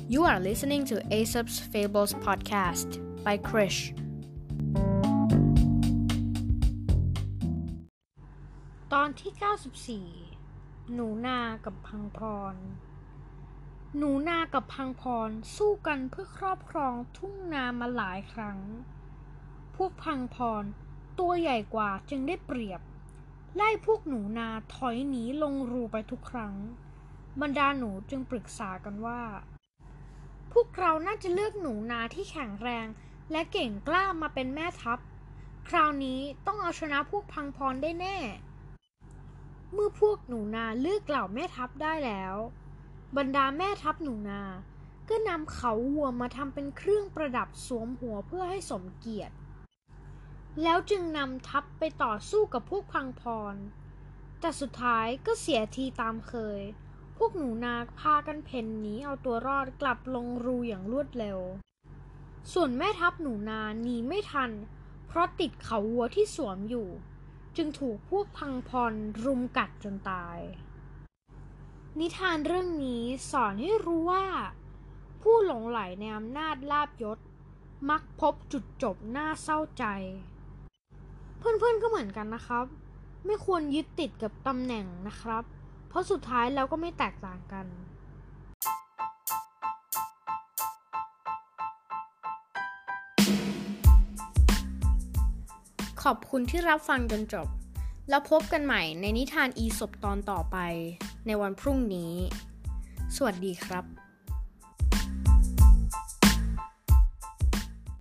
You are listening to Aesop's Fables podcast by Krish ตอนที่94หนูนากับพังพรหนูนากับพังพรสู้กันเพื่อครอบครองทุ่งนามาหลายครั้งพวกพังพรตัวใหญ่กว่าจึงได้เปรียบไล่พวกหนูนาถอยหนีลงรูไปทุกครั้งบรรดาหนูจึงปรึกษากันว่าพวกเราน่าจะเลือกหนูนาที่แข็งแรงและเก่งกล้ามาเป็นแม่ทัพคราวนี้ต้องเอาชนะพวกพังพรได้แน่เมื่อพวกหนูนาเลือกเหล่าแม่ทัพได้แล้วบรรดาแม่ทัพหนูนาก็นำเขาวัวมาทำเป็นเครื่องประดับสวมหัวเพื่อให้สมเกียรติแล้วจึงนำทัพไปต่อสู้กับพวกพังพรแต่สุดท้ายก็เสียทีตามเคยพวกหนูนาพากันเพ่นหนีเอาตัวรอดกลับลงรูอย่างรวดเร็วส่วนแม่ทัพหนูนาหนีไม่ทันเพราะติดเขาวัวที่สวมอยู่จึงถูกพวกพังพรรุมกัดจนตายนิทานเรื่องนี้สอนให้รู้ว่าผู้หลงใหลในอำนาจลาภยศมักพบจุดจบน่าเศร้าใจเพื่อนๆก็เหมือนกันนะครับไม่ควรยึดติดกับตำแหน่งนะครับเพราะสุดท้ายเราก็ไม่แตกต่างกันขอบคุณที่รับฟังจนจบแล้วพบกันใหม่ในนิทานอีสปตอนต่อไปในวันพรุ่งนี้สวัสดีครับ